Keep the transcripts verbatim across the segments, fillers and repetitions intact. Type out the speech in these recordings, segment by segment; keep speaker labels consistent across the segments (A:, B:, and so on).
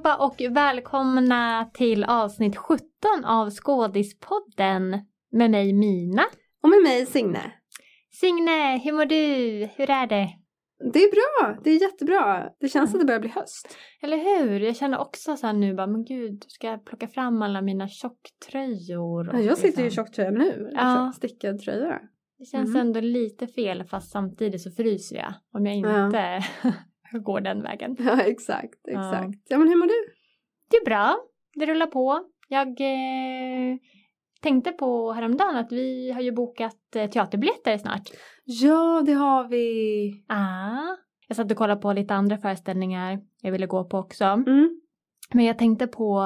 A: allihopa och välkomna till avsnitt sjutton av Skådispodden med mig Mina.
B: Och med mig Signe.
A: Signe, hur mår du? Hur är det?
B: Det är bra, det är jättebra. Det känns mm. att det börjar bli höst.
A: Eller hur? Jag känner också så här nu bara, men gud, ska jag plocka fram alla mina tjocktröjor?
B: Ja, jag sitter ju i tjocktröja nu, liksom.
A: Ja.
B: Stickad tröja.
A: Det känns mm. ändå lite fel, fast samtidigt så fryser jag om jag inte ja. går den vägen.
B: Ja, exakt, exakt. Ja. ja, men hur mår du?
A: Det är bra, det rullar på. Jag eh, tänkte på häromdagen att vi har ju bokat eh, teaterbiljetter snart.
B: Ja, det har vi.
A: Ah, jag satt och kollade på lite andra föreställningar jag ville gå på också.
B: Mm.
A: Men jag tänkte på,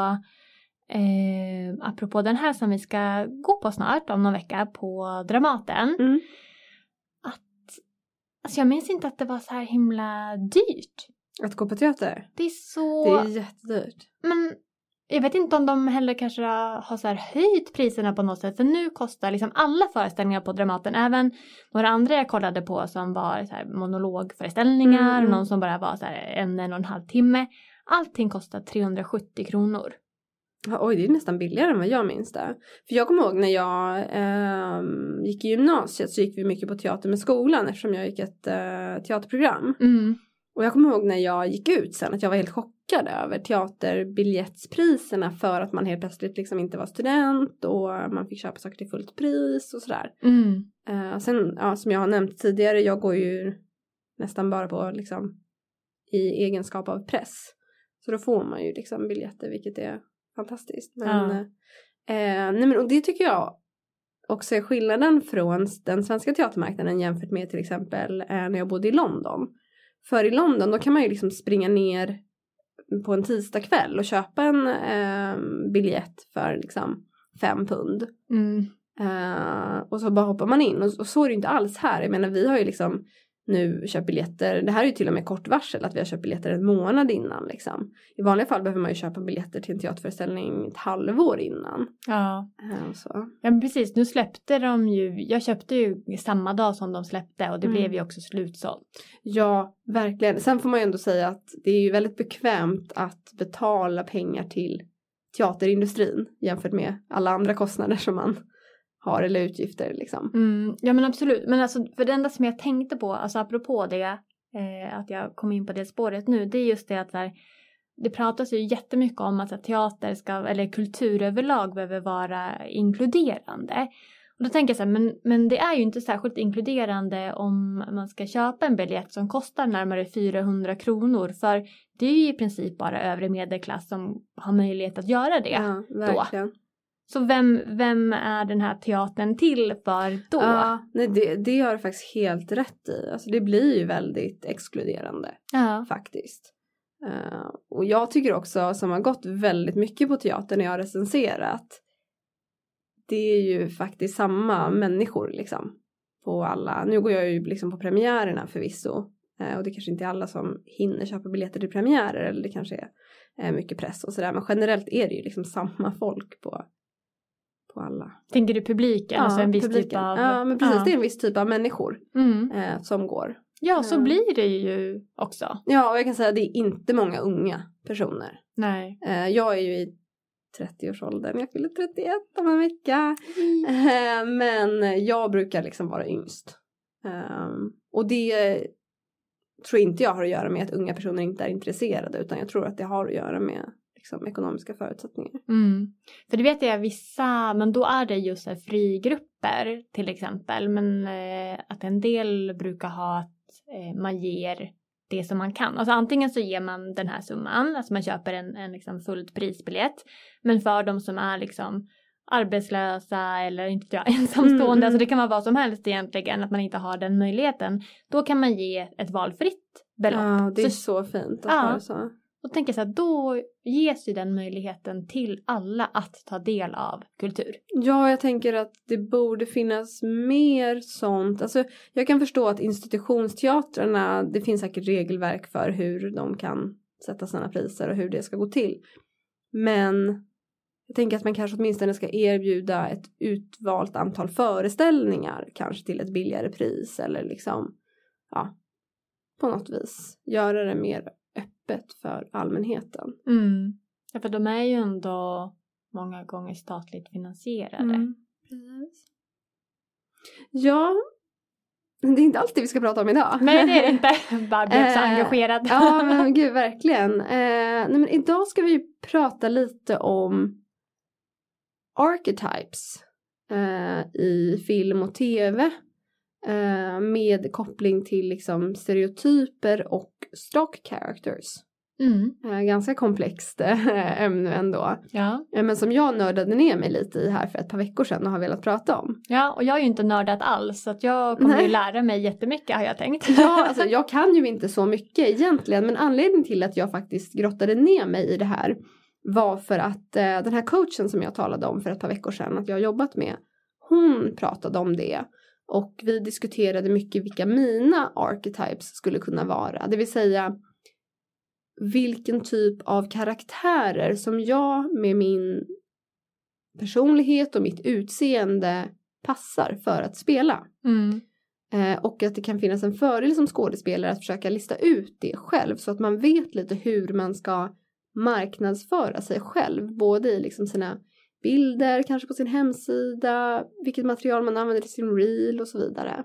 A: eh, apropå den här som vi ska gå på snart om någon vecka på Dramaten.
B: Mm.
A: Att, alltså jag minns inte att det var så här himla dyrt.
B: Att gå på teater?
A: Det är så...
B: Det är jättedyrt.
A: Men jag vet inte om de heller kanske har så här höjt priserna på något sätt. För nu kostar liksom alla föreställningar på Dramaten. Även några andra jag kollade på som var så här monologföreställningar.
B: Mm.
A: Någon som bara var så här en, en och en halv timme. Allting kostar trehundrasjuttio kronor.
B: Oj, det är nästan billigare än vad jag minns det. För jag kommer ihåg när jag eh, gick i gymnasiet så gick vi mycket på teater med skolan. Eftersom jag gick ett eh, teaterprogram.
A: Mm.
B: Och jag kommer ihåg när jag gick ut sen att jag var helt chockad över teaterbiljettspriserna. För att man helt plötsligt liksom inte var student och man fick köpa saker till fullt pris och sådär.
A: Mm.
B: Uh, sen, ja, som jag har nämnt tidigare, jag går ju nästan bara på liksom i egenskap av press. Så då får man ju liksom biljetter, vilket är fantastiskt. Men,
A: ja.
B: uh, nej men, och det tycker jag också är skillnaden från den svenska teatermarknaden jämfört med till exempel uh, när jag bodde i London. För i London då kan man ju liksom springa ner på en tisdag kväll och köpa en eh, biljett för liksom fem pund.
A: Mm.
B: Eh, och så bara hoppar man in. Och, och så är det inte alls här. Jag menar, vi har ju liksom nu köpt biljetter. Det här är ju till och med kort varsel att vi har köpt biljetter en månad innan liksom. I vanliga fall behöver man ju köpa biljetter till en teaterföreställning ett halvår innan.
A: Ja.
B: Eh, så.
A: Ja, men precis. Nu släppte de ju, jag köpte ju samma dag som de släppte och det
B: Mm.
A: blev ju också slutsålt.
B: Ja, verkligen. Sen får man ju ändå säga att det är ju väldigt bekvämt att betala pengar till teaterindustrin jämfört med alla andra kostnader som man har eller utgifter liksom.
A: Mm, ja men absolut. Men alltså för det enda som jag tänkte på, alltså apropå det, eh, att jag kom in på det spåret nu, det är just det att där, det pratas ju jättemycket om att teater ska, eller kultur överlag behöver vara inkluderande. Och då tänker jag så här, men, men det är ju inte särskilt inkluderande om man ska köpa en biljett som kostar närmare fyrahundra kronor. För det är ju i princip bara övre medelklass som har möjlighet att göra det.
B: Ja, verkligen.
A: Då. Så vem, vem är den här teatern till för då?
B: Ja, nej, det, det har du faktiskt helt rätt i. Alltså det blir ju väldigt exkluderande
A: Ja.
B: faktiskt. Uh, och jag tycker också, som har gått väldigt mycket på teater när jag har recenserat, det är ju faktiskt samma människor liksom på alla. Nu går jag ju liksom på premiärerna förvisso. Uh, och det kanske inte är alla som hinner köpa biljetter till premiärer. Eller det kanske är uh, mycket press och sådär. Men generellt är det ju liksom samma folk på, på alla.
A: Tänker du publiken?
B: Ja,
A: alltså en viss
B: publiken.
A: typ av...
B: Ja, men precis.
A: Ja.
B: Det är en viss typ av människor
A: Mm.
B: uh, som går.
A: Ja, så
B: Ja.
A: blir det ju också.
B: Ja, och jag kan säga att det är inte många unga personer.
A: Nej.
B: Uh, jag är ju i trettioårsåldern. Jag fyller trettioett om en vecka. Mm. Uh, men jag brukar liksom vara yngst. Um, och det tror inte jag har att göra med att unga personer inte är intresserade. Utan jag tror att det har att göra med liksom, ekonomiska förutsättningar.
A: Mm. För det vet jag vissa, men då är det just här frigrupper till exempel. Men eh, att en del brukar ha att eh, man ger det som man kan. Alltså antingen så ger man den här summan, alltså man köper en, en liksom fullt prisbiljett. Men för de som är liksom arbetslösa eller inte jag, ensamstående,
B: Mm, mm.
A: alltså det kan vara vad som helst egentligen, att man inte har den möjligheten. Då kan man ge ett valfritt belopp.
B: Ja, det är
A: så,
B: så fint att
A: ja.
B: ha det så.
A: Då tänker jag så här, då ges ju den möjligheten till alla att ta del av kultur.
B: Ja, jag tänker att det borde finnas mer sånt. Alltså, jag kan förstå att institutionsteatrarna, det finns säkert regelverk för hur de kan sätta sina priser och hur det ska gå till. Men jag tänker att man kanske åtminstone ska erbjuda ett utvalt antal föreställningar. Kanske till ett billigare pris eller liksom, ja, på något vis göra det mer öppet öppet för allmänheten.
A: Mm. Ja, för de är ju ändå många gånger statligt finansierade.
B: Mm. Precis. Ja, det är inte alltid vi ska prata om idag.
A: Nej, det är det inte. Bara blev så
B: Eh,
A: engagerad.
B: Ja, men gud, verkligen. Eh, nej, men idag ska vi prata lite om archetypes eh, i film och tv. Eh, med koppling till liksom stereotyper och stock characters.
A: Mm.
B: Eh, ganska komplext eh, ämne ändå.
A: Ja.
B: Eh, men som jag nördade ner mig lite i här för ett par veckor sedan och har velat prata om.
A: Ja, och jag är ju inte nördat alls. Så att jag kommer
B: Nej.
A: ju lära mig jättemycket har jag tänkt.
B: Ja, alltså jag kan ju inte så mycket egentligen. Men anledningen till att jag faktiskt grottade ner mig i det här var för att eh, den här coachen som jag talade om för ett par veckor sedan att jag har jobbat med. Hon pratade om det. Och vi diskuterade mycket vilka mina archetypes skulle kunna vara. Det vill säga vilken typ av karaktärer som jag med min personlighet och mitt utseende passar för att spela.
A: Mm.
B: Eh, och att det kan finnas en fördel som skådespelare att försöka lista ut det själv. Så att man vet lite hur man ska marknadsföra sig själv. Både i liksom sina bilder, kanske på sin hemsida, vilket material man använder i sin reel och så vidare.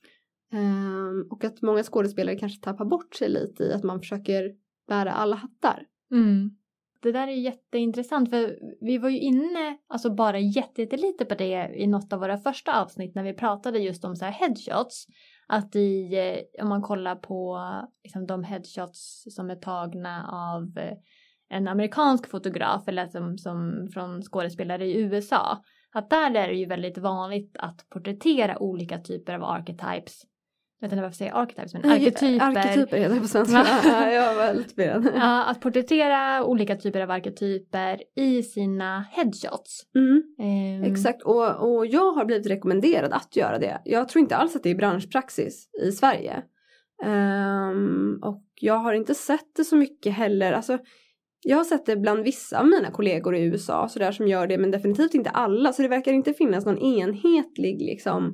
B: Um, och att många skådespelare kanske tappar bort sig lite i att man försöker bära alla hattar.
A: Mm. Det där är jätteintressant för vi var ju inne alltså bara jättelite på det i något av våra första avsnitt när vi pratade just om så här headshots. Att i, om man kollar på liksom, de headshots som är tagna av en amerikansk fotograf eller som, som från skådespelare i U S A. Att där är det ju väldigt vanligt att porträttera olika typer av archetypes. Jag vet inte varför jag säger archetypes, men arketyper.
B: Arketyper heter det på svenska. Ja, jag var väldigt förvirrad.
A: Ja, att porträttera olika typer av arketyper i sina headshots.
B: Mm,
A: Um,
B: exakt, och, och jag har blivit rekommenderad att göra det. Jag tror inte alls att det är branschpraxis i Sverige. Um, och jag har inte sett det så mycket heller. Alltså, jag har sett det bland vissa av mina kollegor i U S A så där som gör det, men definitivt inte alla. Så det verkar inte finnas någon enhetlig liksom,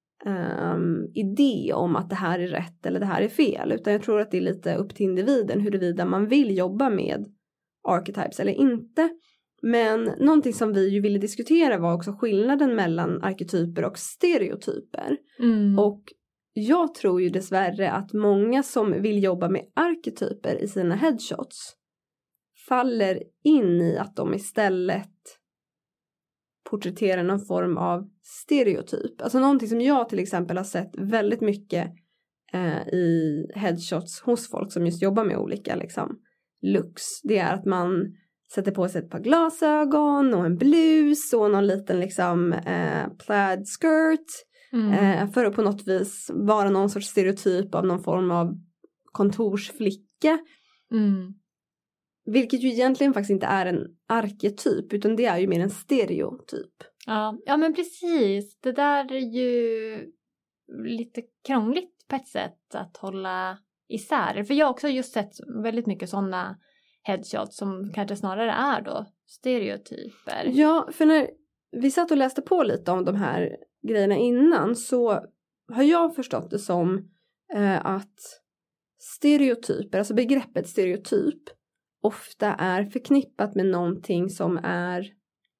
B: um, idé om att det här är rätt eller det här är fel. Utan jag tror att det är lite upp till individen huruvida man vill jobba med archetypes eller inte. Men någonting som vi ju ville diskutera var också skillnaden mellan arketyper och stereotyper.
A: mm.
B: Och jag tror ju dessvärre att många som vill jobba med arketyper i sina headshots faller in i att de istället porträtterar någon form av stereotyp. Alltså någonting som jag till exempel har sett väldigt mycket eh, i headshots hos folk som just jobbar med olika liksom, looks. Det är att man sätter på sig ett par glasögon och en blus och någon liten liksom, eh, plaid skirt.
A: Mm.
B: Eh, för att på något vis vara någon sorts stereotyp av någon form av kontorsflicka.
A: Mm.
B: Vilket ju egentligen faktiskt inte är en arketyp utan det är ju mer en stereotyp.
A: Ja, ja, men precis. Det där är ju lite krångligt på ett sätt att hålla isär. För jag har också just sett väldigt mycket sådana headshots som kanske snarare är då stereotyper.
B: Ja, för när vi satt och läste på lite om de här grejerna innan så har jag förstått det som eh, att stereotyper, alltså begreppet stereotyp ofta är förknippat med någonting som är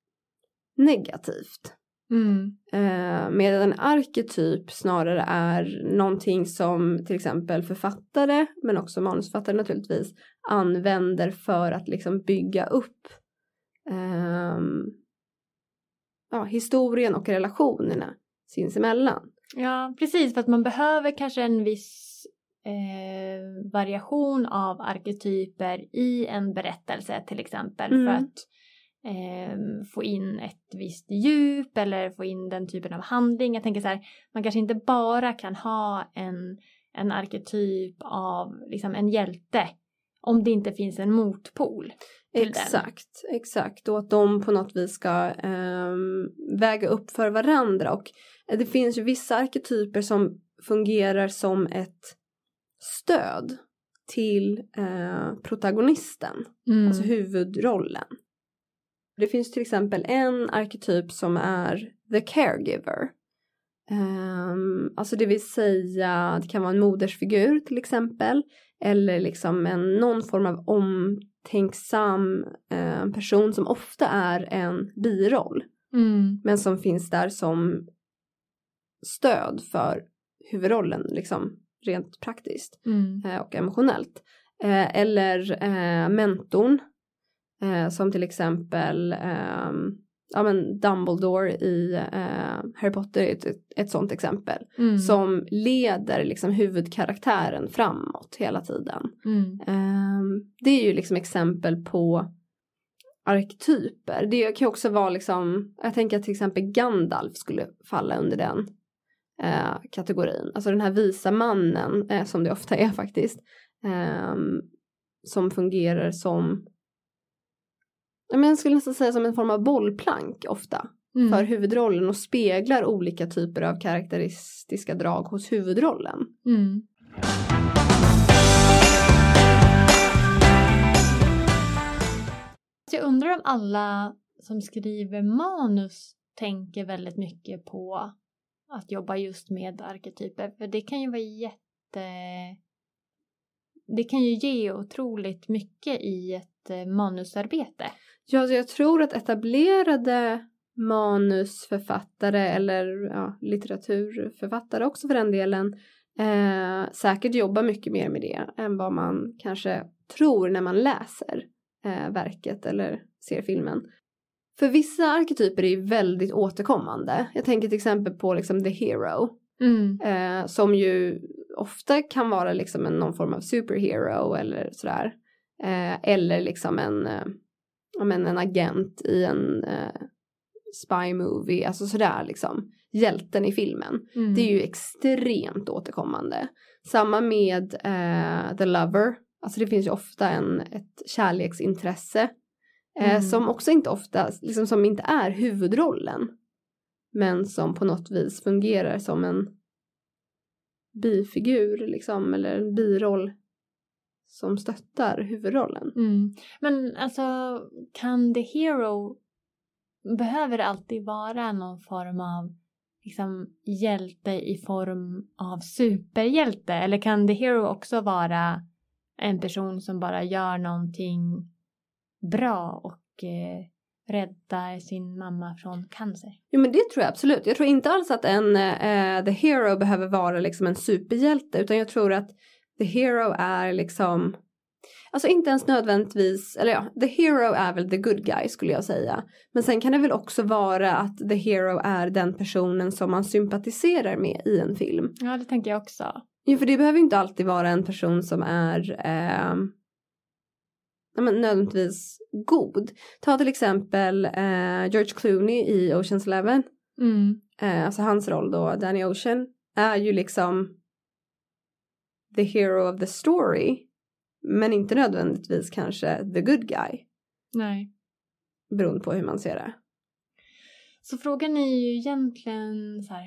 B: negativt.
A: Mm.
B: Eh, medan en arketyp snarare är någonting som till exempel författare men också manusförfattare naturligtvis använder för att liksom bygga upp eh, ja, historien och relationerna sinsemellan.
A: Ja, precis. För att man behöver kanske en viss eh, variation av arketyper i en berättelse till exempel.
B: Mm.
A: För att eh, få in ett visst djup eller få in den typen av handling. Jag tänker så här, man kanske inte bara kan ha en, en arketyp av liksom en hjälte om det inte finns en motpol.
B: Exakt, den. exakt. Och att de på något vis ska eh, väga upp för varandra. Och det finns ju vissa arketyper som fungerar som ett stöd till eh, protagonisten.
A: Mm.
B: Alltså huvudrollen. Det finns till exempel en arketyp som är the caregiver. Um, alltså det vill säga, det kan vara en modersfigur till exempel. Eller liksom en, någon form av omtänksam uh, person som ofta är en biroll.
A: Mm.
B: Men som finns där som stöd för huvudrollen liksom rent praktiskt
A: Mm.
B: uh, och emotionellt. Uh, eller uh, mentorn uh, som till exempel um, ja, men Dumbledore i uh, Harry Potter är ett, ett sånt exempel.
A: Mm.
B: Som leder liksom huvudkaraktären framåt hela tiden.
A: Mm.
B: Um, det är ju liksom exempel på arketyper. Det kan ju också vara liksom, jag tänker att till exempel Gandalf skulle falla under den uh, kategorin. Alltså den här visa mannen, uh, som det ofta är faktiskt. Um, som fungerar som, men jag skulle nästan säga som en form av bollplank ofta. Mm. För huvudrollen och speglar olika typer av karaktäristiska drag hos huvudrollen.
A: Mm. Jag undrar om alla som skriver manus tänker väldigt mycket på att jobba just med arketyper. För det kan ju vara jätte... Det kan ju ge otroligt mycket i ett manusarbete.
B: Ja, jag tror att etablerade manusförfattare eller ja, litteraturförfattare också för den delen eh, säkert jobbar mycket mer med det än vad man kanske tror när man läser eh, verket eller ser filmen. För vissa arketyper är ju väldigt återkommande. Jag tänker till exempel på liksom The Hero.
A: Mm.
B: Eh, som ju ofta kan vara liksom en, någon form av superhero eller sådär. Eh, eller liksom en, eh, men en agent i en eh, spy movie. Alltså sådär liksom. Hjälten i filmen. Mm. Det är ju extremt återkommande. Samma med eh, The Lover. Alltså det finns ju ofta en, ett kärleksintresse. Eh, mm. Som också inte ofta, liksom som inte är huvudrollen. Men som på något vis fungerar som en bifigur liksom. Eller en biroll som stöttar huvudrollen.
A: Mm. Men alltså kan The Hero, behöver det alltid vara någon form av liksom hjälte i form av superhjälte? Eller kan The Hero också vara en person som bara gör någonting bra och eh, räddar sin mamma från cancer?
B: Jo, men det tror jag absolut. Jag tror inte alls att en eh, The Hero behöver vara liksom en superhjälte. Utan jag tror att The Hero är liksom, alltså inte ens nödvändigtvis, eller ja, The Hero är väl the good guy skulle jag säga. Men sen kan det väl också vara att The Hero är den personen som man sympatiserar med i en film.
A: Ja, det tänker jag också.
B: Jo, för det behöver inte alltid vara en person som är eh, ja, men nödvändigtvis god. Ta till exempel eh, George Clooney i Ocean's Eleven.
A: Mm.
B: Eh, alltså hans roll då, Danny Ocean, är ju liksom the hero of the story. Men inte nödvändigtvis kanske the good guy.
A: Nej.
B: Beroende på hur man ser det.
A: Så frågan är ju egentligen så här,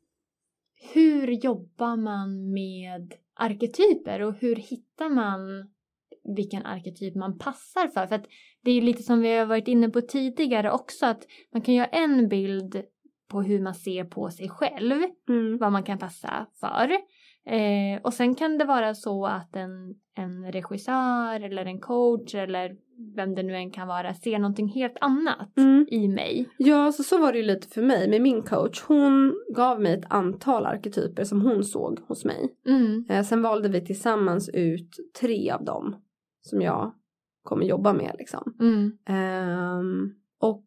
A: hur jobbar man med arketyper och hur hittar man vilken arketyp man passar för? För att det är ju lite som vi har varit inne på tidigare också, att man kan göra en bild på hur man ser på sig själv,
B: mm.
A: vad man kan passa för. Eh, och sen kan det vara så att en, en regissör eller en coach eller vem det nu än kan vara ser någonting helt annat
B: mm.
A: i mig.
B: Ja, så, så var det ju lite för mig med min coach. Hon gav mig ett antal arketyper som hon såg hos mig.
A: Mm.
B: Eh, sen valde vi tillsammans ut tre av dem som jag kommer jobba med liksom.
A: Mm.
B: Eh, och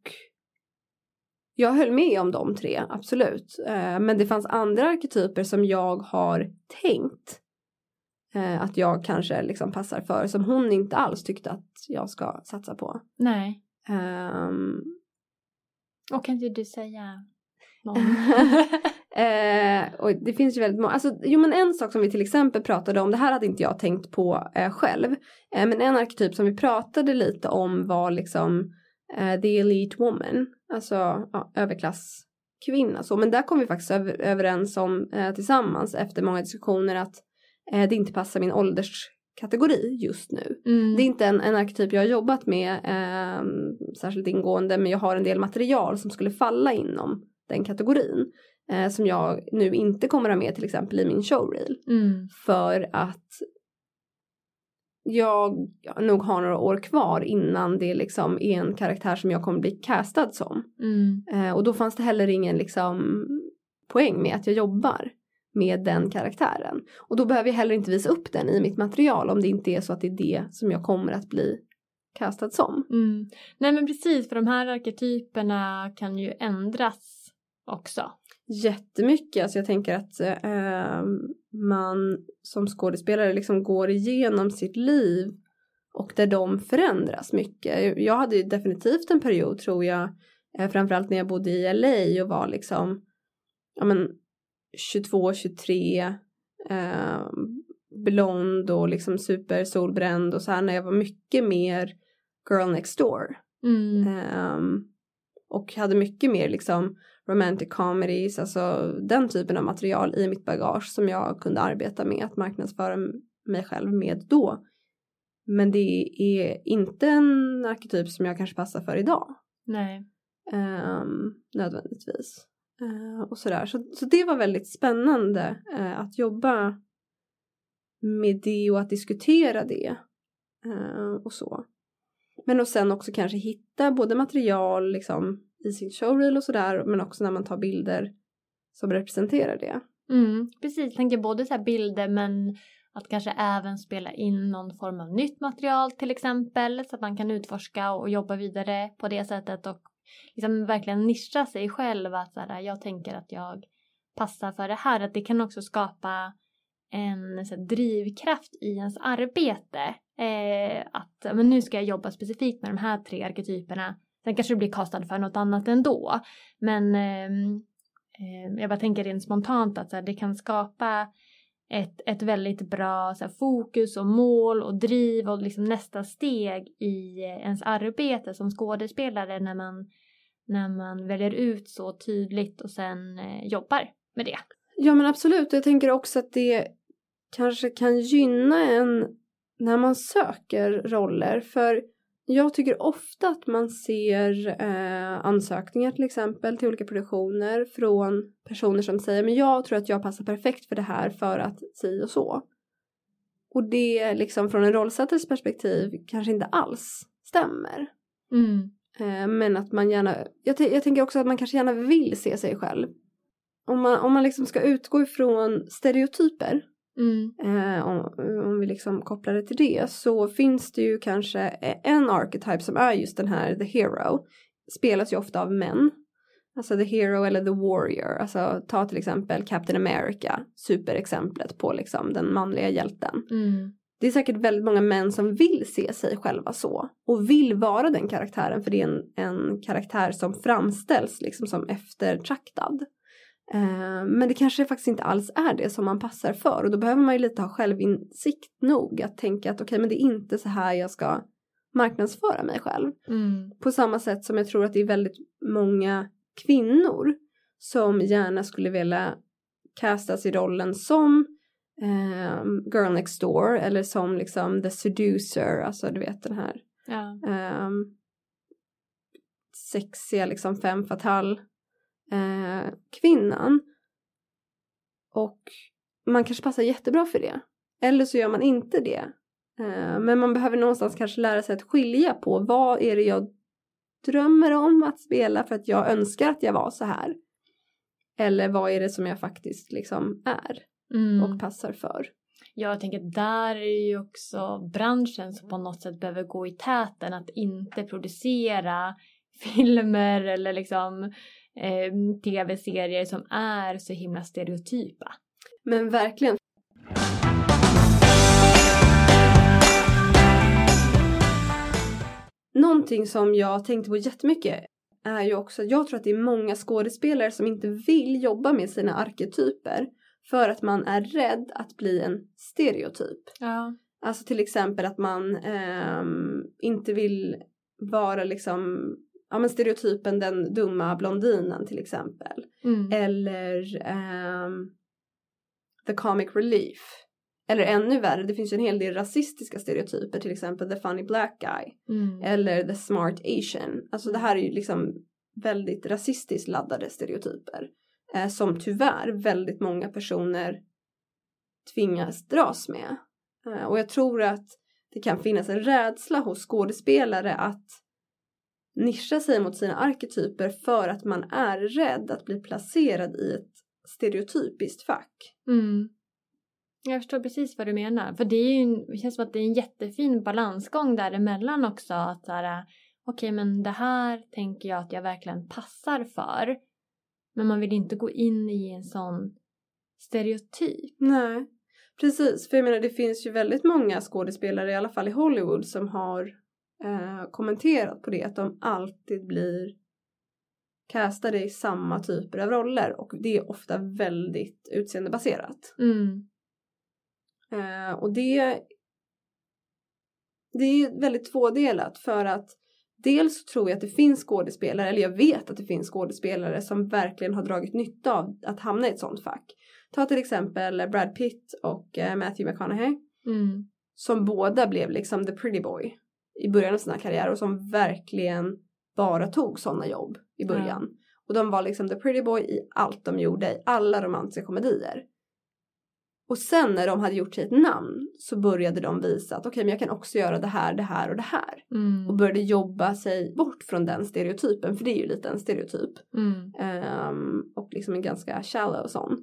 B: jag höll med om de tre, absolut. Eh, men det fanns andra arketyper som jag har tänkt eh, att jag kanske liksom passar för. Som hon inte alls tyckte att jag ska satsa på.
A: Nej.
B: Um,
A: och kan inte du säga någon?
B: eh, och det finns ju väldigt många. Alltså, jo, men en sak som vi till exempel pratade om. Det här hade inte jag tänkt på eh, själv. Eh, men en arketyp som vi pratade lite om var liksom Uh, the elite woman, alltså ja, överklasskvinna. Så, men där kom vi faktiskt över, överens om uh, tillsammans efter många diskussioner att uh, det inte passar min ålderskategori just nu.
A: Mm.
B: Det är inte en, en arketyp jag har jobbat med uh, särskilt ingående, men jag har en del material som skulle falla inom den kategorin. Eh, som jag nu inte kommer ha med till exempel i min showreel.
A: Mm.
B: För att jag nog har några år kvar innan det liksom är en karaktär som jag kommer bli castad som.
A: Mm.
B: Eh, och då fanns det heller ingen liksom poäng med att jag jobbar med den karaktären. Och då behöver jag heller inte visa upp den i mitt material om det inte är så att det är det som jag kommer att bli castad som.
A: Mm. Nej men precis, för de här arketyperna kan ju ändras också.
B: Jättemycket. Alltså jag tänker att eh, man som skådespelare liksom går igenom sitt liv och där de förändras mycket. Jag hade ju definitivt en period tror jag, eh, framförallt när jag bodde i L A och var liksom ja men tjugotvå tjugotre eh, blond och liksom super solbränd och så här, när jag var mycket mer girl next door.
A: Mm.
B: Eh, och hade mycket mer liksom romantic comedies, alltså den typen av material i mitt bagage som jag kunde arbeta med att marknadsföra mig själv med då. Men det är inte en arketyp som jag kanske passar för idag.
A: Nej.
B: Um, nödvändigtvis. Uh, och sådär. Så, så det var väldigt spännande uh, att jobba med det och att diskutera det. Uh, och så. Men och sen också kanske hitta både material liksom i sin showreel och sådär, men också när man tar bilder som representerar det.
A: Mm, precis, jag tänker både så här bilder men att kanske även spela in någon form av nytt material till exempel, så att man kan utforska och jobba vidare på det sättet och liksom verkligen nischa sig själv, att så här, jag tänker att jag passar för det här, att det kan också skapa en så här, drivkraft i ens arbete, eh, att men nu ska jag jobba specifikt med de här tre arketyperna. Sen kanske du blir kastad för något annat ändå. Men eh, jag bara tänker rent spontant att så här, det kan skapa ett, ett väldigt bra så här, fokus och mål och driv och liksom nästa steg i ens arbete som skådespelare när man, när man väljer ut så tydligt och sen eh, jobbar med det.
B: Ja men absolut, jag tänker också att det kanske kan gynna en när man söker roller, för jag tycker ofta att man ser eh, ansökningar till exempel till olika produktioner från personer som säger men jag tror att jag passar perfekt för det här för att si och så. Och det liksom från en rollsättares perspektiv kanske inte alls stämmer.
A: Mm.
B: Eh, men att man gärna, jag, t- jag tänker också att man kanske gärna vill se sig själv. Om man, om man liksom ska utgå ifrån stereotyper.
A: Mm.
B: Eh, om, om vi liksom kopplar det till det, så finns det ju kanske en archetype som är just den här the hero, spelas ju ofta av män, alltså the hero eller the warrior, alltså ta till exempel Captain America, superexemplet på liksom den manliga hjälten.
A: Mm.
B: Det är säkert väldigt många män som vill se sig själva så och vill vara den karaktären, för det är en, en karaktär som framställs liksom som eftertraktad. Men det kanske faktiskt inte alls är det som man passar för. Och då behöver man ju lite ha självinsikt nog att tänka att okej, okay, men det är inte så här jag ska marknadsföra mig själv.
A: Mm.
B: På samma sätt som jag tror att det är väldigt många kvinnor som gärna skulle vilja castas i rollen som eh, Girl Next Door eller som liksom the seducer, alltså du vet den här
A: Ja.
B: eh, sexiga liksom femme fatale Eh, kvinnan, och man kanske passar jättebra för det, eller så gör man inte det, eh, men man behöver någonstans kanske lära sig att skilja på vad är det jag drömmer om att spela för att jag önskar att jag var så här, eller vad är det som jag faktiskt liksom är
A: Mm.
B: och passar för.
A: Jag tänker där är ju också branschen som på något sätt behöver gå i täten, att inte producera filmer eller liksom Eh, tv-serier som är så himla stereotypa.
B: Men verkligen. Någonting som jag tänkte på jättemycket är ju också, jag tror att det är många skådespelare som inte vill jobba med sina arketyper för att man är rädd att bli en stereotyp.
A: Ja.
B: Alltså till exempel att man eh, inte vill vara liksom ja, men stereotypen den dumma blondinen till exempel.
A: Mm.
B: Eller um, the comic relief. Eller ännu värre, det finns ju en hel del rasistiska stereotyper. Till exempel the funny black guy.
A: Mm.
B: Eller the smart Asian. Alltså det här är ju liksom väldigt rasistiskt laddade stereotyper. Eh, som tyvärr väldigt många personer tvingas dras med. Eh, och jag tror att det kan finnas en rädsla hos skådespelare att nischa sig mot sina arketyper för att man är rädd att bli placerad i ett stereotypiskt fack.
A: Mm. Jag förstår precis vad du menar. För det, är ju, det känns som att det är en jättefin balansgång däremellan också. Att så här, okej, men det här tänker jag att jag verkligen passar för. Men man vill inte gå in i en sån stereotyp.
B: Nej, precis. För jag menar, det finns ju väldigt många skådespelare, i alla fall i Hollywood, som har eh, kommenterat på det. Att de alltid blir castade i samma typer av roller. Och det är ofta väldigt utseendebaserat.
A: Mm.
B: Eh, och det, det är väldigt tvådelat, för att dels tror jag att det finns skådespelare, eller jag vet att det finns skådespelare som verkligen har dragit nytta av att hamna i ett sånt fack. Ta till exempel Brad Pitt och eh, Matthew McConaughey.
A: Mm.
B: Som båda blev liksom the pretty boy i början av sina karriärer, och som verkligen bara tog sådana jobb i början. Mm. Och de var liksom the pretty boy i allt de gjorde, i alla romantiska komedier. Och sen när de hade gjort sig ett namn så började de visa att okej, okay, men jag kan också göra det här, det här och det här.
A: Mm.
B: Och började jobba sig bort från den stereotypen, för det är ju lite en stereotyp.
A: Mm.
B: Um, och liksom en ganska shallow sån.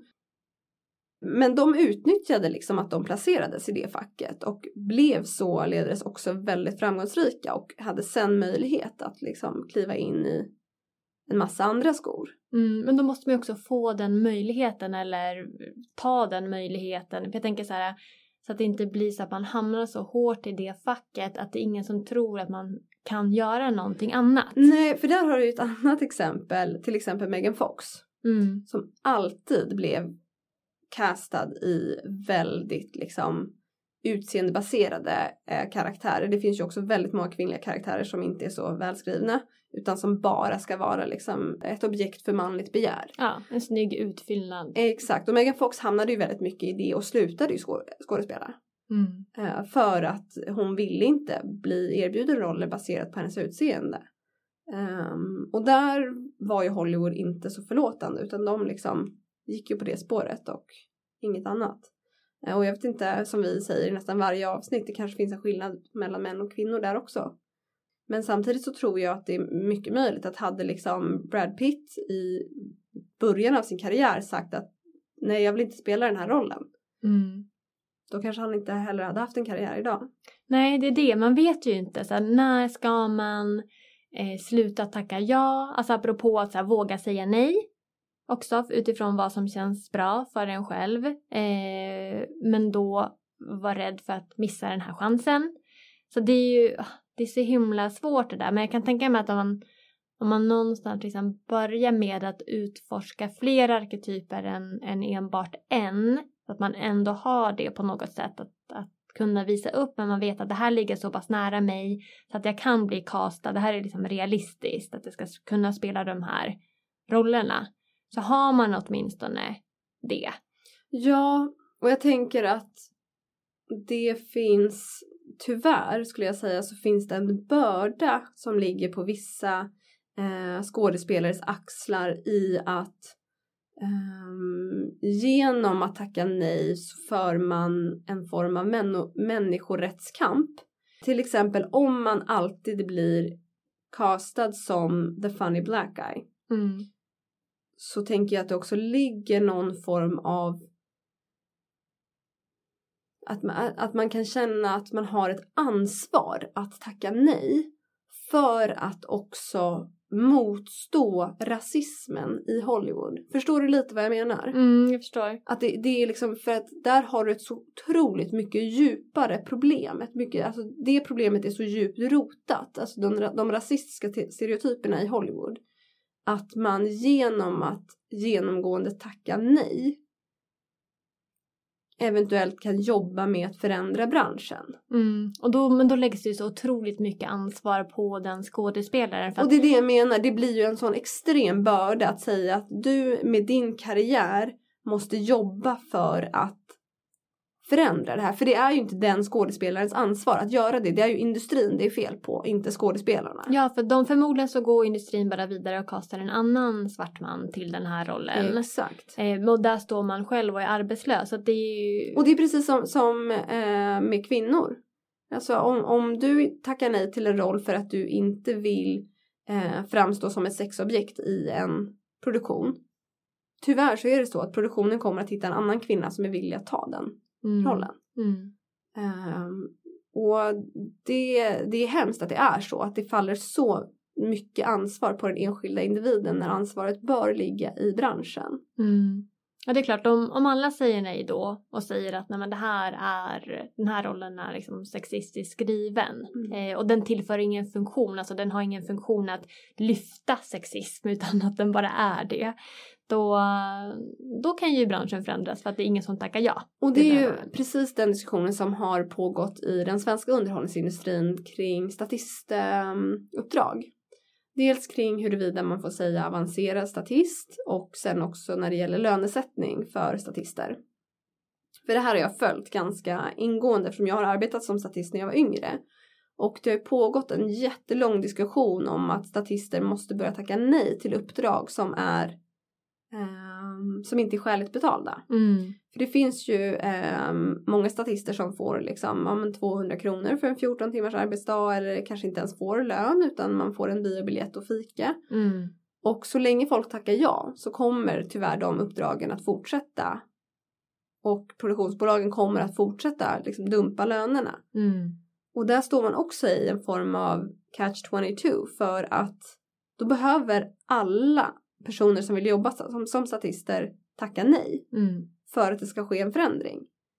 B: Men de utnyttjade liksom att de placerades i det facket och blev således också väldigt framgångsrika och hade sen möjlighet att liksom kliva in i en massa andra skor.
A: Mm, men då måste man ju också få den möjligheten eller ta den möjligheten. För jag tänker så här, så att det inte blir så att man hamnar så hårt i det facket att det är ingen som tror att man kan göra någonting annat.
B: Nej, för där har du ju ett annat exempel, till exempel Megan Fox.
A: Mm.
B: Som alltid blev castad i väldigt liksom utseendebaserade eh, karaktärer. Det finns ju också väldigt många kvinnliga karaktärer som inte är så välskrivna, utan som bara ska vara liksom ett objekt för manligt begär.
A: Ja, en snygg utfyllnad.
B: Exakt, och Megan Fox hamnade ju väldigt mycket i det och slutade ju skå- skådespela.
A: Mm.
B: Eh, för att hon ville inte bli erbjuden roller baserat på hennes utseende. Um, och där var ju Hollywood inte så förlåtande, utan de liksom gick ju på det spåret och inget annat. Uh, och jag vet inte, som vi säger i nästan varje avsnitt, det kanske finns en skillnad mellan män och kvinnor där också. Men samtidigt så tror jag att det är mycket möjligt att hade liksom Brad Pitt i början av sin karriär sagt att nej, jag vill inte spela den här rollen.
A: Mm.
B: Då kanske han inte heller hade haft en karriär idag.
A: Nej, det är det. Man vet ju inte. Så här, när ska man eh, sluta tacka ja? Alltså apropå att så här, våga säga nej. Också utifrån vad som känns bra för en själv. Eh, men då var rädd för att missa den här chansen. Så det är ju det är så himla svårt det där. Men jag kan tänka mig att om man, om man någonstans liksom börjar med att utforska fler arketyper än, än enbart en. Så att man ändå har det på något sätt att, att kunna visa upp. Men man vet att det här ligger så pass nära mig. Så att jag kan bli castad. Det här är liksom realistiskt. Att jag ska kunna spela de här rollerna. Så har man åtminstone det.
B: Ja, och jag tänker att det finns, tyvärr skulle jag säga, så finns det en börda som ligger på vissa eh, skådespelares axlar i att Um, genom att tacka nej så för man en form av män- människorättskamp. Till exempel om man alltid blir castad som the funny black guy.
A: Mm.
B: Så tänker jag att det också ligger någon form av att man, att man kan känna att man har ett ansvar att tacka nej för att också motstå rasismen i Hollywood. Förstår du lite vad jag menar?
A: Mm, jag förstår.
B: Att det, det är liksom för att där har du ett så otroligt mycket djupare problem. Ett mycket, alltså det problemet är så djupt rotat. Alltså de, de rasistiska te- stereotyperna i Hollywood. Att man genom att genomgående tacka nej eventuellt kan jobba med att förändra branschen.
A: Mm. Och då, men då läggs det ju så otroligt mycket ansvar på den skådespelaren. För att...
B: Och det är det jag menar. Det blir ju en sån extrem börda att säga att du med din karriär måste jobba för att förändra det här. För det är ju inte den skådespelarens ansvar att göra det. Det är ju industrin det är fel på, inte skådespelarna.
A: Ja, för de förmodligen så går industrin bara vidare och kastar en annan svart man till den här rollen.
B: Exakt.
A: Eh, och där står man själv och är arbetslös. Så det är ju...
B: Och det är precis som, som eh, med kvinnor. Alltså om, om du tackar nej till en roll för att du inte vill eh, framstå som ett sexobjekt i en produktion. Tyvärr så är det så att produktionen kommer att hitta en annan kvinna som är villig att ta den mm. rollen.
A: Mm.
B: Um, och det, det är hemskt att det är så. Att det faller så mycket ansvar på den enskilda individen när ansvaret bör ligga i branschen.
A: Mm. Ja, det är klart. Om, om alla säger nej då och säger att nej, men det här är, den här rollen är liksom sexistiskt skriven. Mm. Eh, och den tillför ingen funktion. Alltså den har ingen funktion att lyfta sexism utan att den bara är det. Då, då kan ju branschen förändras för att det är ingen som tackar ja.
B: Och det är ju precis den diskussionen som har pågått i den svenska underhållningsindustrin kring statistuppdrag. Dels kring huruvida man får säga avancerad statist och sen också när det gäller lönesättning för statister. För det här har jag följt ganska ingående eftersom jag har arbetat som statist när jag var yngre. Och det har pågått en jättelång diskussion om att statister måste börja tacka nej till uppdrag som är Um, som inte är skäligt betalda.
A: Mm.
B: För det finns ju um, många statister som får liksom, ja, men tvåhundra kronor för en fjorton timmars arbetsdag eller kanske inte ens får lön utan man får en biobiljett och fika.
A: Mm.
B: Och så länge folk tackar ja så kommer tyvärr de uppdragen att fortsätta och produktionsbolagen kommer att fortsätta liksom, dumpa lönerna.
A: Mm.
B: Och där står man också i en form av catch tjugotvå för att då behöver alla personer som vill jobba som, som statister tackar nej
A: mm.
B: för att det ska ske en förändring.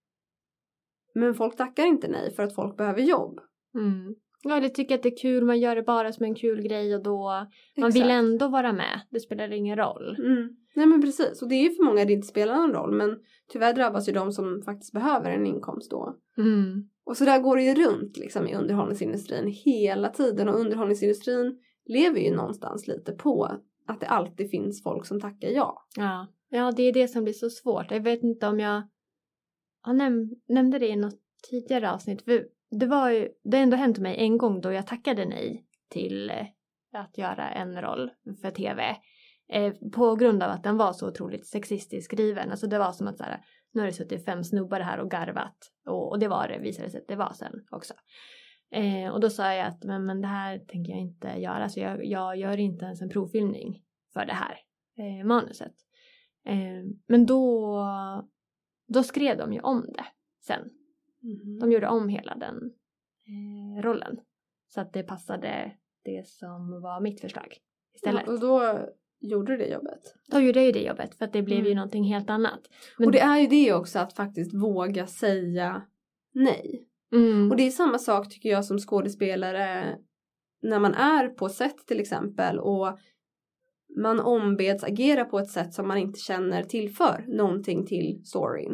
B: Men folk tackar inte nej för att folk behöver jobb.
A: Mm. Ja, eller tycker att det är kul, man gör det bara som en kul grej och då man
B: Exakt.
A: Vill ändå vara med. Det spelar ingen roll.
B: Mm. Nej men precis, och det är ju för många det inte spelar någon roll men tyvärr drabbas ju de som faktiskt behöver en inkomst då.
A: Mm.
B: Och så där går det ju runt liksom i underhållningsindustrin hela tiden och underhållningsindustrin lever ju någonstans lite på att det alltid finns folk som tackar ja.
A: Ja, ja det är det som blir så svårt. Jag vet inte om jag, jag näm- nämnde det i något tidigare avsnitt. För det var ju, det har ändå hänt mig en gång då jag tackade nej till eh, att göra en roll för tv. Eh, på grund av att den var så otroligt sexistiskt skriven. Alltså det var som att så här, nu har det suttit fem snubbar här och garvat. Och, och det var det, visade sig att det var sen också. Eh, och då sa jag att men, men det här tänker jag inte göra. Så jag, jag gör inte ens en provfilmning för det här eh, manuset. Eh, men då, då skrev de ju om det sen.
B: Mm.
A: De gjorde om hela den eh, rollen. Så att det passade det som var mitt förslag istället.
B: Ja, och då gjorde du det jobbet?
A: Då gjorde jag ju det jobbet för att det blev
B: mm.
A: ju någonting helt annat. Men
B: och det är ju det också att faktiskt våga säga nej.
A: Mm.
B: Och det är samma sak tycker jag som skådespelare när man är på set till exempel och man ombeds agera på ett sätt som man inte känner tillför någonting till storyn.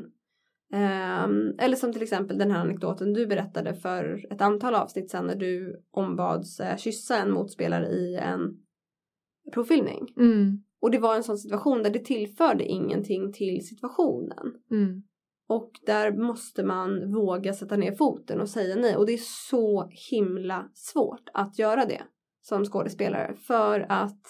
B: Um, eller som till exempel den här anekdoten du berättade för ett antal avsnitt sedan när du ombads uh, kyssa en motspelare i en provfilmning.
A: Mm.
B: Och det var en sån situation där det tillförde ingenting till situationen.
A: Mm.
B: Och där måste man våga sätta ner foten och säga nej. Och det är så himla svårt att göra det som skådespelare. För att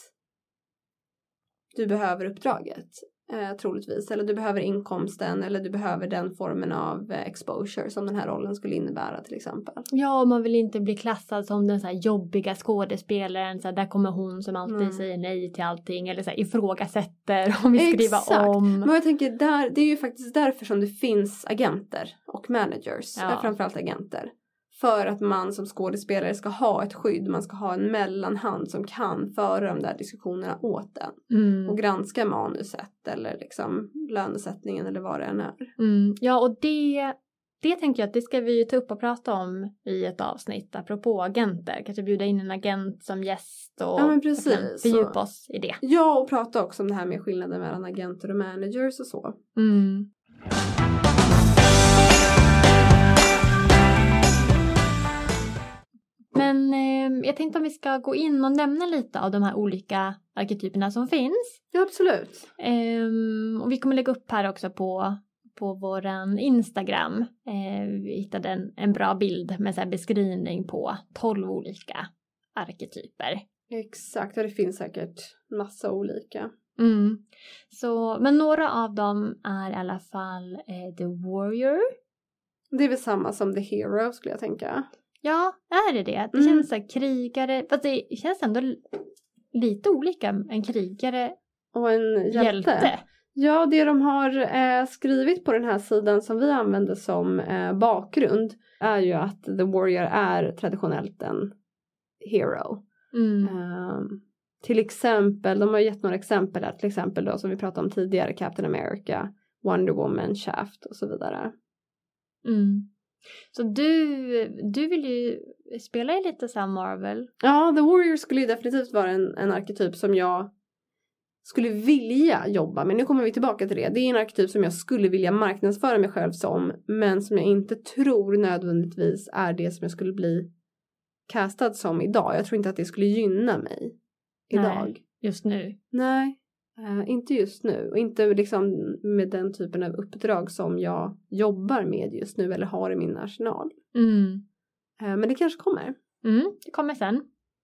B: du behöver uppdraget eh, troligtvis. Eller du behöver inkomsten eller du behöver den formen av eh, exposure som den här rollen skulle innebära till exempel.
A: Ja, och man vill inte bli klassad som den så här jobbiga skådespelaren. Så här, där kommer hon som alltid mm. säger nej till allting. Eller så här, ifrågasätter om vi skriva
B: Exakt.
A: om.
B: Men jag tänker, där, det är ju faktiskt därför som det finns agenter och managers.
A: Ja.
B: Framförallt agenter. För att man som skådespelare ska ha ett skydd. Man ska ha en mellanhand som kan föra de där diskussionerna åt en.
A: Mm.
B: Och granska manuset eller liksom lönesättningen eller vad det än är.
A: Mm. Ja, och det, det tänker jag att det ska vi ju ta upp och prata om i ett avsnitt. Apropå agenter. Kanske bjuda in en agent som gäst och
B: ja, men precis.
A: fördjupa
B: så,
A: oss i det.
B: Ja, och prata också om det här med skillnaden mellan agenter och managers och så.
A: Mm. Men eh, jag tänkte om vi ska gå in och nämna lite av de här olika arketyperna som finns.
B: Ja, absolut.
A: Eh, och vi kommer lägga upp här också på, på våran Instagram. Eh, vi hittade en, en bra bild med så här beskrivning på tolv olika arketyper.
B: Exakt, och det finns säkert massa olika.
A: Mm. Så, men några av dem är i alla fall eh, The Warrior.
B: Det är väl samma som The Hero skulle jag tänka.
A: Ja, är det det? Det
B: Mm.
A: känns som krigare, fast det känns ändå lite olika. En krigare,
B: Och en hjälte.
A: hjälte.
B: Ja, det de har eh, skrivit på den här sidan som vi använder som eh, bakgrund är ju att The Warrior är traditionellt en hero.
A: Mm.
B: Um, till exempel, de har gett några exempel här, till exempel då som vi pratade om tidigare, Captain America, Wonder Woman, Shaft och så vidare.
A: Mm. Så du, du vill ju spela i lite så här Marvel.
B: Ja, The Warrior skulle ju definitivt vara en, en arketyp som jag skulle vilja jobba med. Nu kommer vi tillbaka till det. Det är en arketyp som jag skulle vilja marknadsföra mig själv som, men som jag inte tror nödvändigtvis är det som jag skulle bli castad som idag. Jag tror inte att det skulle gynna mig idag.
A: Nej, just nu.
B: Nej, uh, inte just nu. Och inte liksom med den typen av uppdrag som jag jobbar med just nu eller har i min arsenal.
A: Mm.
B: Uh, men det kanske kommer.
A: Mm, det kommer sen.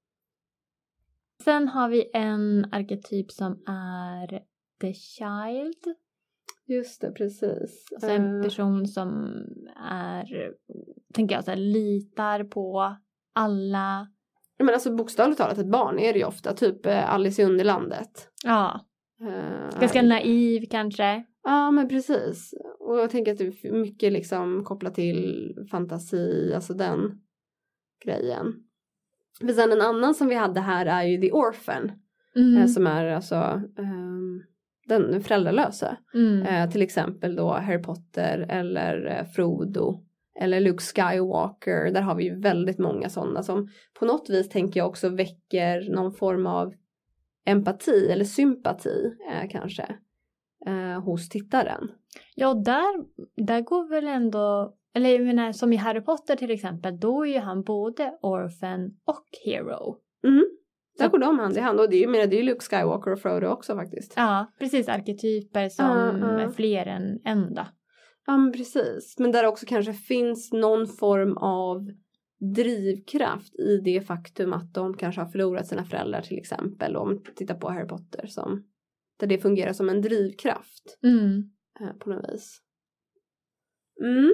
A: Sen har vi en arketyp som är The Child.
B: Just det, precis.
A: Alltså en
B: Uh,
A: person som är, tänker jag så här, litar på alla.
B: Men alltså bokstavligt talat ett barn är det ju ofta. Typ uh, Alice i Underlandet.
A: Ja,
B: Uh,
A: ganska naiv kanske.
B: Ja, men precis. Och jag tänker att det är mycket liksom kopplat till fantasi, alltså den grejen. För sen en annan som vi hade här är ju The Orphan.
A: Mm.
B: Eh, som är alltså um, den föräldralösa.
A: Mm.
B: Eh, till exempel då Harry Potter eller eh, Frodo. Eller Luke Skywalker. Där har vi ju väldigt många sådana som på något vis tänker jag också väcker någon form av empati eller sympati eh, kanske. Eh, hos tittaren.
A: Ja, där, där går väl ändå, eller jag menar, som i Harry Potter till exempel, då är ju han både orphan och hero.
B: Mm. Där
A: Så,
B: går de hand i hand. Och det är ju, menar, det är ju Luke Skywalker och Frodo också faktiskt.
A: ja, precis, arketyper som
B: Uh, uh.
A: är fler än enda.
B: Ja, men precis. Men där också kanske finns någon form av drivkraft i det faktum att de kanske har förlorat sina föräldrar till exempel. Om man tittar på Harry Potter som, där det fungerar som en drivkraft
A: Mm.
B: eh, på något vis. Mm.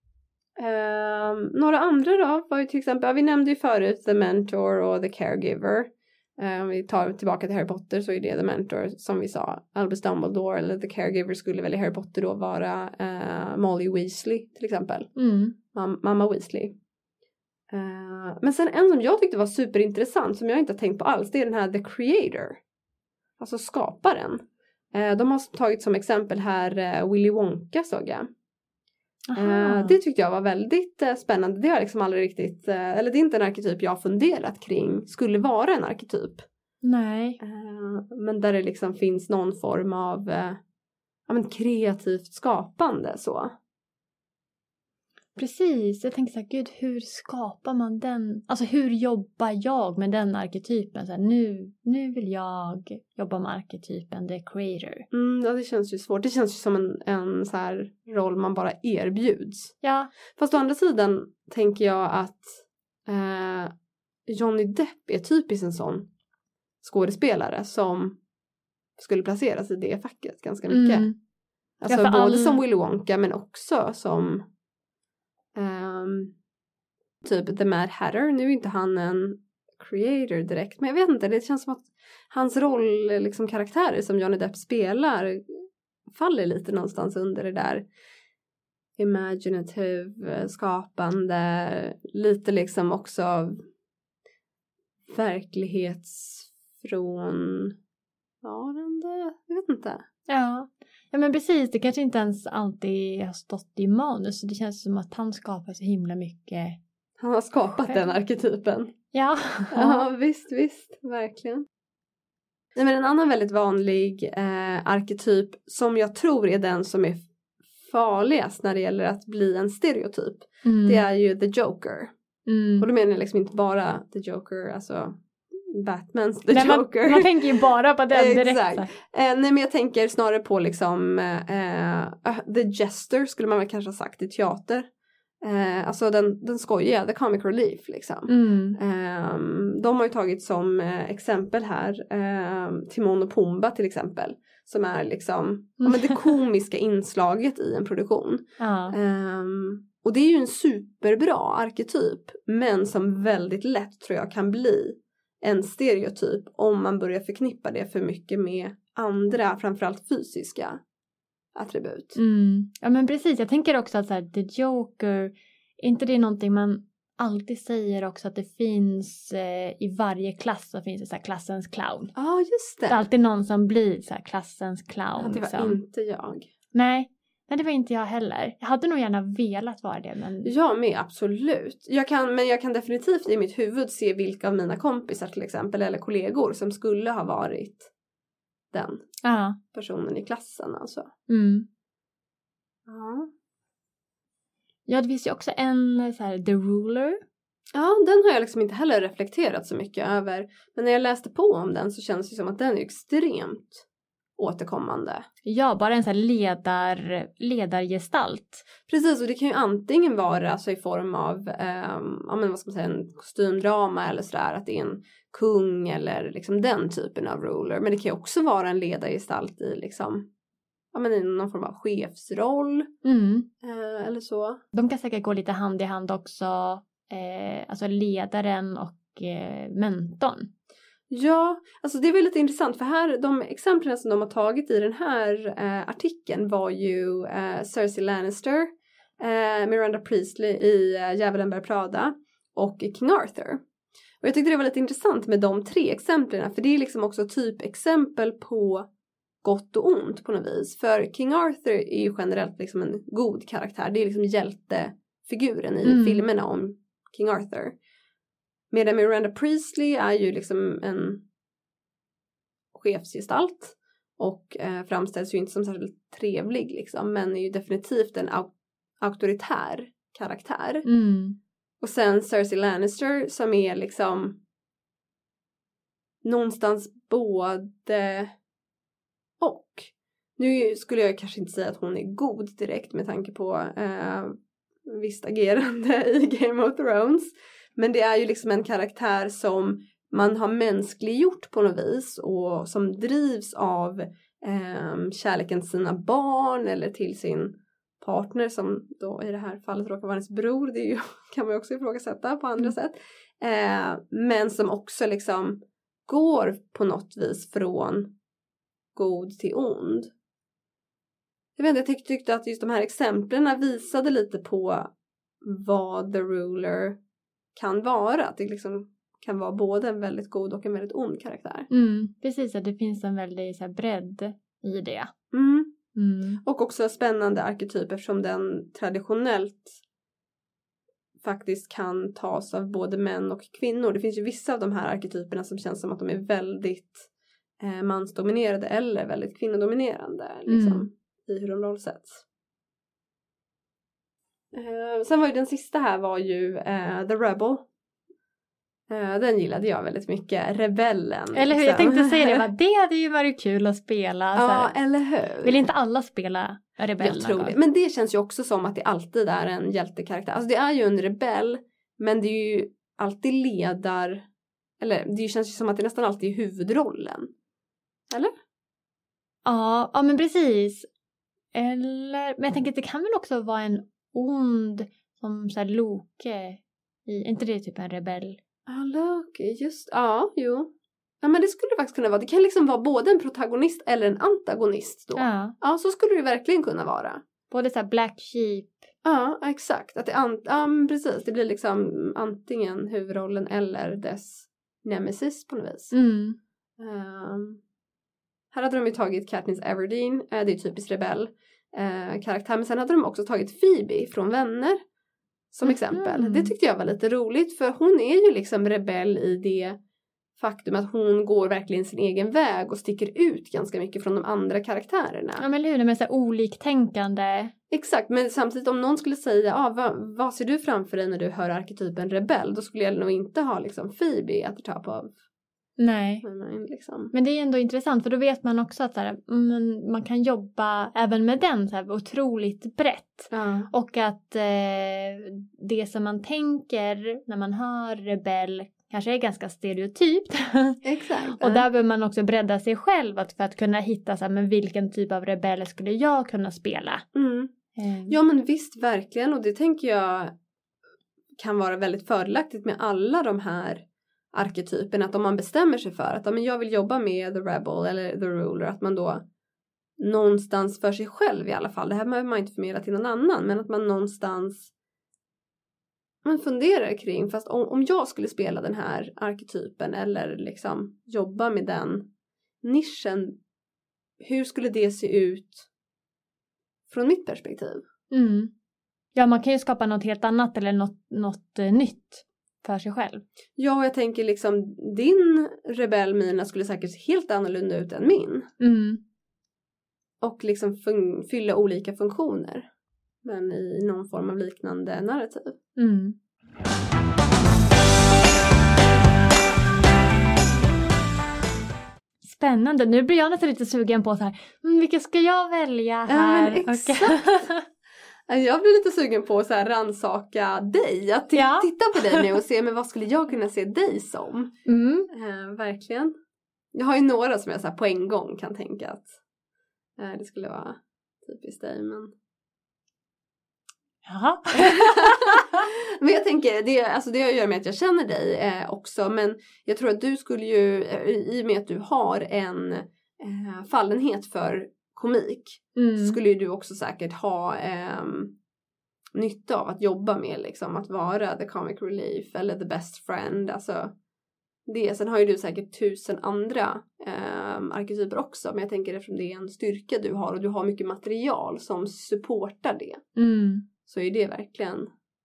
B: Eh, några andra då var ju till exempel, ja, vi nämnde ju förut The Mentor och The Caregiver. Eh, om vi tar tillbaka till Harry Potter så är det The Mentor som vi sa, Albus Dumbledore, eller The Caregiver skulle väl i Harry Potter då vara eh, Molly Weasley till exempel.
A: Mm.
B: Mam- mamma Weasley. Uh, men sen en som jag tyckte var superintressant som jag inte har tänkt på alls, det är den här The Creator. Alltså skaparen. Uh, de har tagit som exempel här uh, Willy Wonka såg jag. Uh, det tyckte jag var väldigt uh, spännande. Det har liksom aldrig riktigt, uh, eller det är inte en arketyp jag har funderat kring skulle vara en arketyp.
A: Nej.
B: Uh, men där det liksom finns någon form av uh, ja, men kreativt skapande så.
A: Precis, jag tänkte så här, gud, hur skapar man den? Alltså hur jobbar jag med den arketypen? Så här, nu, nu vill jag jobba med arketypen The Creator.
B: Mm, ja, det känns ju svårt. Det känns ju som en, en så här roll man bara erbjuds.
A: Ja.
B: Fast å andra sidan tänker jag att eh, Johnny Depp är typiskt en sån skådespelare som skulle placeras i det facket ganska mycket.
A: Mm.
B: Alltså
A: Ja,
B: både
A: all...
B: som Willy Wonka men också som Um, typ The Mad Hatter. Nu är inte han en creator direkt, men jag vet inte, det känns som att hans roll, liksom karaktärer som Johnny Depp spelar faller lite någonstans under det där imaginative, skapande, lite liksom också verklighetsfrånvarande, jag vet inte.
A: Ja. Ja, men precis, det kanske inte ens alltid har stått i manus, så det känns som att han skapar så himla mycket.
B: Han har skapat den arketypen.
A: Ja.
B: Ja, visst, visst, verkligen. Nej, men en annan väldigt vanlig eh, arketyp som jag tror är den som är farligast när det gäller att bli en stereotyp.
A: Mm.
B: Det är ju The Joker.
A: Mm.
B: Och då menar jag liksom inte bara The Joker, alltså Batmans The
A: nej,
B: Joker.
A: Man, man tänker ju bara på den direkt.
B: Exakt. Eh, nej men jag tänker snarare på liksom eh, uh, The Jester skulle man väl kanske ha sagt i teater. Eh, alltså den, den skojiga, The Comic Relief liksom.
A: Mm.
B: Eh, de har ju tagit som eh, exempel här eh, Timon och Pumba till exempel. Som är liksom mm. ja, men det komiska inslaget i en produktion.
A: Ja.
B: Eh, och det är ju en superbra arketyp. Men som väldigt lätt tror jag kan bli en stereotyp om man börjar förknippa det för mycket med andra, framförallt fysiska attribut.
A: Mm. Ja men precis, jag tänker också att så här, The Joker, inte det är någonting man alltid säger också att det finns eh, i varje klass så finns det så här klassens clown.
B: Ja ah, just det.
A: Det är alltid någon som blir så här klassens clown.
B: Ja, det var
A: liksom.
B: inte jag.
A: Nej. Nej, det var inte jag heller. Jag hade nog gärna velat vara det. Men...
B: Jag med, absolut. Jag kan, men jag kan definitivt i mitt huvud se vilka av mina kompisar till exempel, eller kollegor, som skulle ha varit den
A: ja.
B: personen i klassen alltså.
A: Mm.
B: Ja.
A: Ja, det finns ju också en så här, The Ruler.
B: Ja, den har jag liksom inte heller reflekterat så mycket över. Men när jag läste på om den så känns det som att den är extremt återkommande.
A: Ja, bara en sån här ledar, ledargestalt.
B: Precis, och det kan ju antingen vara alltså i form av eh, ja, men vad ska man säga, en kostymdrama eller sådär, att det är en kung eller liksom den typen av ruler. Men det kan ju också vara en ledargestalt i liksom, ja, men i någon form av chefsroll
A: mm.
B: eh, eller så.
A: De kan säkert gå lite hand i hand också, eh, alltså ledaren och eh, mentorn.
B: Ja, alltså det är väldigt intressant för här, de exemplen som de har tagit i den här eh, artikeln var ju eh, Cersei Lannister, eh, Miranda Priestley i eh, Djävulen bär Prada och King Arthur. Och jag tyckte det var lite intressant med de tre exemplen, för det är liksom också typ exempel på gott och ont på något vis. För King Arthur är ju generellt liksom en god karaktär, det är liksom hjältefiguren i mm. filmerna om King Arthur. Medan Miranda Priestley är ju liksom en chefsgestalt och eh, framställs ju inte som särskilt trevlig liksom, men är ju definitivt en au- auktoritär karaktär.
A: Mm.
B: Och sen Cersei Lannister som är liksom någonstans både och. Nu skulle jag kanske inte säga att hon är god direkt med tanke på eh, visst agerande i Game of Thrones. Men det är ju liksom en karaktär som man har mänskliggjort på något vis. Och som drivs av eh, kärleken till sina barn eller till sin partner. Som då i det här fallet råkar vara hennes bror. Det är ju, kan man ju också ifrågasätta på andra mm. sätt. Eh, men som också liksom går på något vis från god till ond. Jag vet inte, jag tyckte att just de här exemplen visade lite på vad The Ruler kan vara. Att det liksom kan vara både en väldigt god och en väldigt ond karaktär.
A: Mm, precis, att det finns en väldigt så här, bredd i det.
B: Mm.
A: Mm.
B: Och också spännande arketyp eftersom den traditionellt faktiskt kan tas av både män och kvinnor. Det finns ju vissa av de här arketyperna som känns som att de är väldigt eh, mansdominerade eller väldigt kvinnodominerande. Liksom, mm. i hur de rollsätts. Uh, sen var ju den sista här var ju uh, The Rebel. Uh, den gillade jag väldigt mycket. Rebellen.
A: Eller hur,
B: liksom.
A: Jag tänkte säga det. Men det hade ju varit kul att spela.
B: Ja, eller hur.
A: Vill inte alla spela rebell?
B: Jag tror det. Men det känns ju också som att det alltid är en hjältekaraktär. Alltså det är ju en rebell. Men det är ju alltid ledar. Eller det känns ju som att det nästan alltid är huvudrollen. Eller?
A: Ja, ja men precis. Eller, men jag tänker att det kan väl också vara en ond som så här Loke i, inte det typ en rebell?
B: Ja, Loke, just, ja, jo. Ja, men det skulle det faktiskt kunna vara. Det kan liksom vara både en protagonist eller en antagonist då.
A: Ja.
B: Ja, så skulle det verkligen kunna vara.
A: Både så här Black Sheep.
B: Ja, exakt. Att det an- ja, men precis. Det blir liksom antingen huvudrollen eller dess nemesis på något vis.
A: Mm.
B: Um, här hade de ju tagit Katniss Everdeen. Det är ju typiskt rebell. Eh, karaktär. Men sen hade de också tagit Phoebe från Vänner som mm. exempel. Det tyckte jag var lite roligt, för hon är ju liksom rebell i det faktum att hon går verkligen sin egen väg och sticker ut ganska mycket från de andra karaktärerna.
A: Ja, men hur, det är så här oliktänkande.
B: Exakt, men samtidigt om någon skulle säga ah, vad, vad ser du framför dig när du hör arketypen rebell, då skulle jag nog inte ha liksom Phoebe att ta på
A: Nej.
B: Men, liksom.
A: Men det är ändå intressant för då vet man också att så här, man, man kan jobba även med den så här, otroligt brett.
B: Ja.
A: Och att eh, det som man tänker när man hör rebell kanske är ganska stereotypt.
B: Exakt.
A: Och där behöver man också bredda sig själv att, för att kunna hitta så här, men vilken typ av rebell skulle jag kunna spela.
B: Mm.
A: Mm.
B: Ja men visst, verkligen. Och det tänker jag kan vara väldigt fördelaktigt med alla de här arketypen, att om man bestämmer sig för att ja, men jag vill jobba med the rebel eller the ruler, att man då någonstans för sig själv i alla fall, det här behöver man inte förmedla till någon annan, men att man någonstans man funderar kring, fast om, om jag skulle spela den här arketypen eller liksom jobba med den nischen, hur skulle det se ut från mitt perspektiv?
A: Mm. Ja, man kan ju skapa något helt annat eller något, något eh, nytt för sig själv.
B: Ja, och jag tänker liksom din rebell Mina skulle säkert se helt annorlunda ut än min.
A: Mm.
B: Och liksom fun- fylla olika funktioner. Men i någon form av liknande narrativ.
A: Mm. Spännande. Nu blir jag nästan lite sugen på så här. Mm, vilka ska jag välja här?
B: Ja, men exakt. Jag blir lite sugen på att så här ransaka dig. Att t-
A: Ja.
B: titta på dig nu och se, men vad skulle jag kunna se dig som?
A: Mm.
B: Eh, verkligen. Jag har ju några som jag så här på en gång kan tänka att eh, det skulle vara typiskt dig. Men,
A: Jaha.
B: men jag tänker, det, alltså det gör med att jag känner dig eh, också. Men jag tror att du skulle ju, eh, i och med att du har en eh, fallenhet för komik.
A: Mm.
B: Så skulle ju du också säkert ha eh, nytta av att jobba med liksom, att vara the comic relief eller the best friend. Alltså det. Sen har ju du säkert tusen andra eh, arketyper också. Men jag tänker eftersom det är en styrka du har och du har mycket material som supportar det.
A: Mm.
B: Så är det verkligen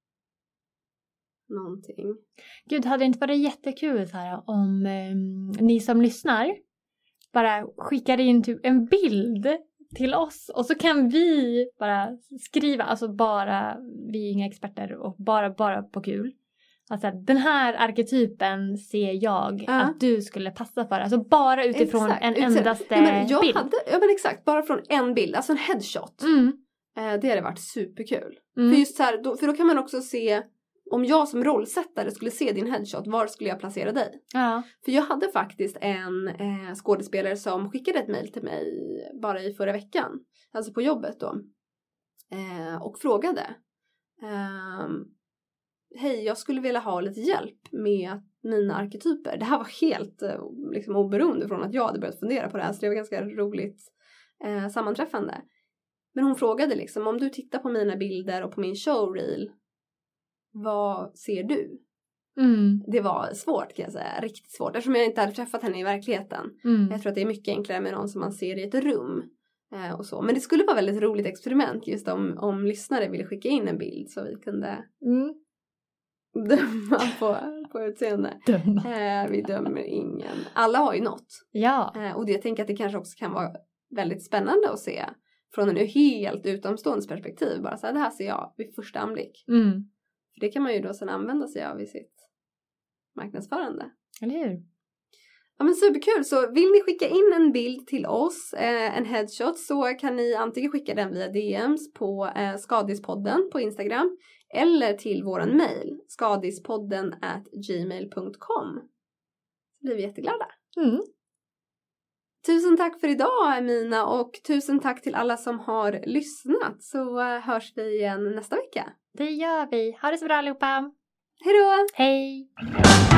B: någonting.
A: Gud, hade det inte varit jättekul så här om eh, ni som lyssnar bara skickar in typ en bild till oss och så kan vi bara skriva, alltså bara, vi är inga experter och bara, bara på kul. Alltså den här arketypen ser jag
B: Ja.
A: att du skulle passa för. Alltså bara utifrån
B: Exakt,
A: en
B: exakt.
A: endaste
B: ja, men jag
A: bild.
B: Hade, ja men exakt, bara från en bild, alltså en headshot.
A: Mm.
B: Eh, det hade varit superkul.
A: Mm.
B: För just så här, då, för då kan man också se, om jag som rollsättare skulle se din headshot, var skulle jag placera dig?
A: Ja.
B: För jag hade faktiskt en eh, skådespelare som skickade ett mejl till mig bara i förra veckan. Alltså på jobbet då. Eh, och frågade. Eh, Hej, jag skulle vilja ha lite hjälp med mina arketyper. Det här var helt eh, liksom oberoende från att jag hade börjat fundera på det här. Så det var ganska roligt eh, sammanträffande. Men hon frågade liksom, om du tittar på mina bilder och på min showreel, vad ser du?
A: Mm.
B: Det var svårt kan jag säga, riktigt svårt. Eftersom jag inte hade träffat henne i verkligheten.
A: Mm.
B: Jag tror att det är mycket enklare med någon som man ser i ett rum. Eh, och så. Men det skulle vara väldigt roligt experiment just om, om lyssnare ville skicka in en bild så vi kunde
A: Mm.
B: döma på, på utseende.
A: Döma.
B: Eh, vi dömer ingen. Alla har ju något.
A: Ja.
B: Eh, och det, jag tänker att det kanske också kan vara väldigt spännande att se från en helt utomstående perspektiv. Bara så här, det här ser jag vid första anblick.
A: Mm.
B: För det kan man ju då sedan använda sig av i sitt marknadsförande.
A: Eller hur?
B: Ja men superkul, så vill ni skicka in en bild till oss, eh, en headshot, så kan ni antingen skicka den via D Ms på eh, Skadispodden på Instagram eller till våran mail skadispodden at gmail dot com. Så blir vi jätteglada.
A: Mm.
B: Tusen tack för idag Mina och tusen tack till alla som har lyssnat, så eh, hörs vi igen nästa vecka.
A: Det gör vi. Ha det så bra allihopa.
B: Hej då!
A: Hej!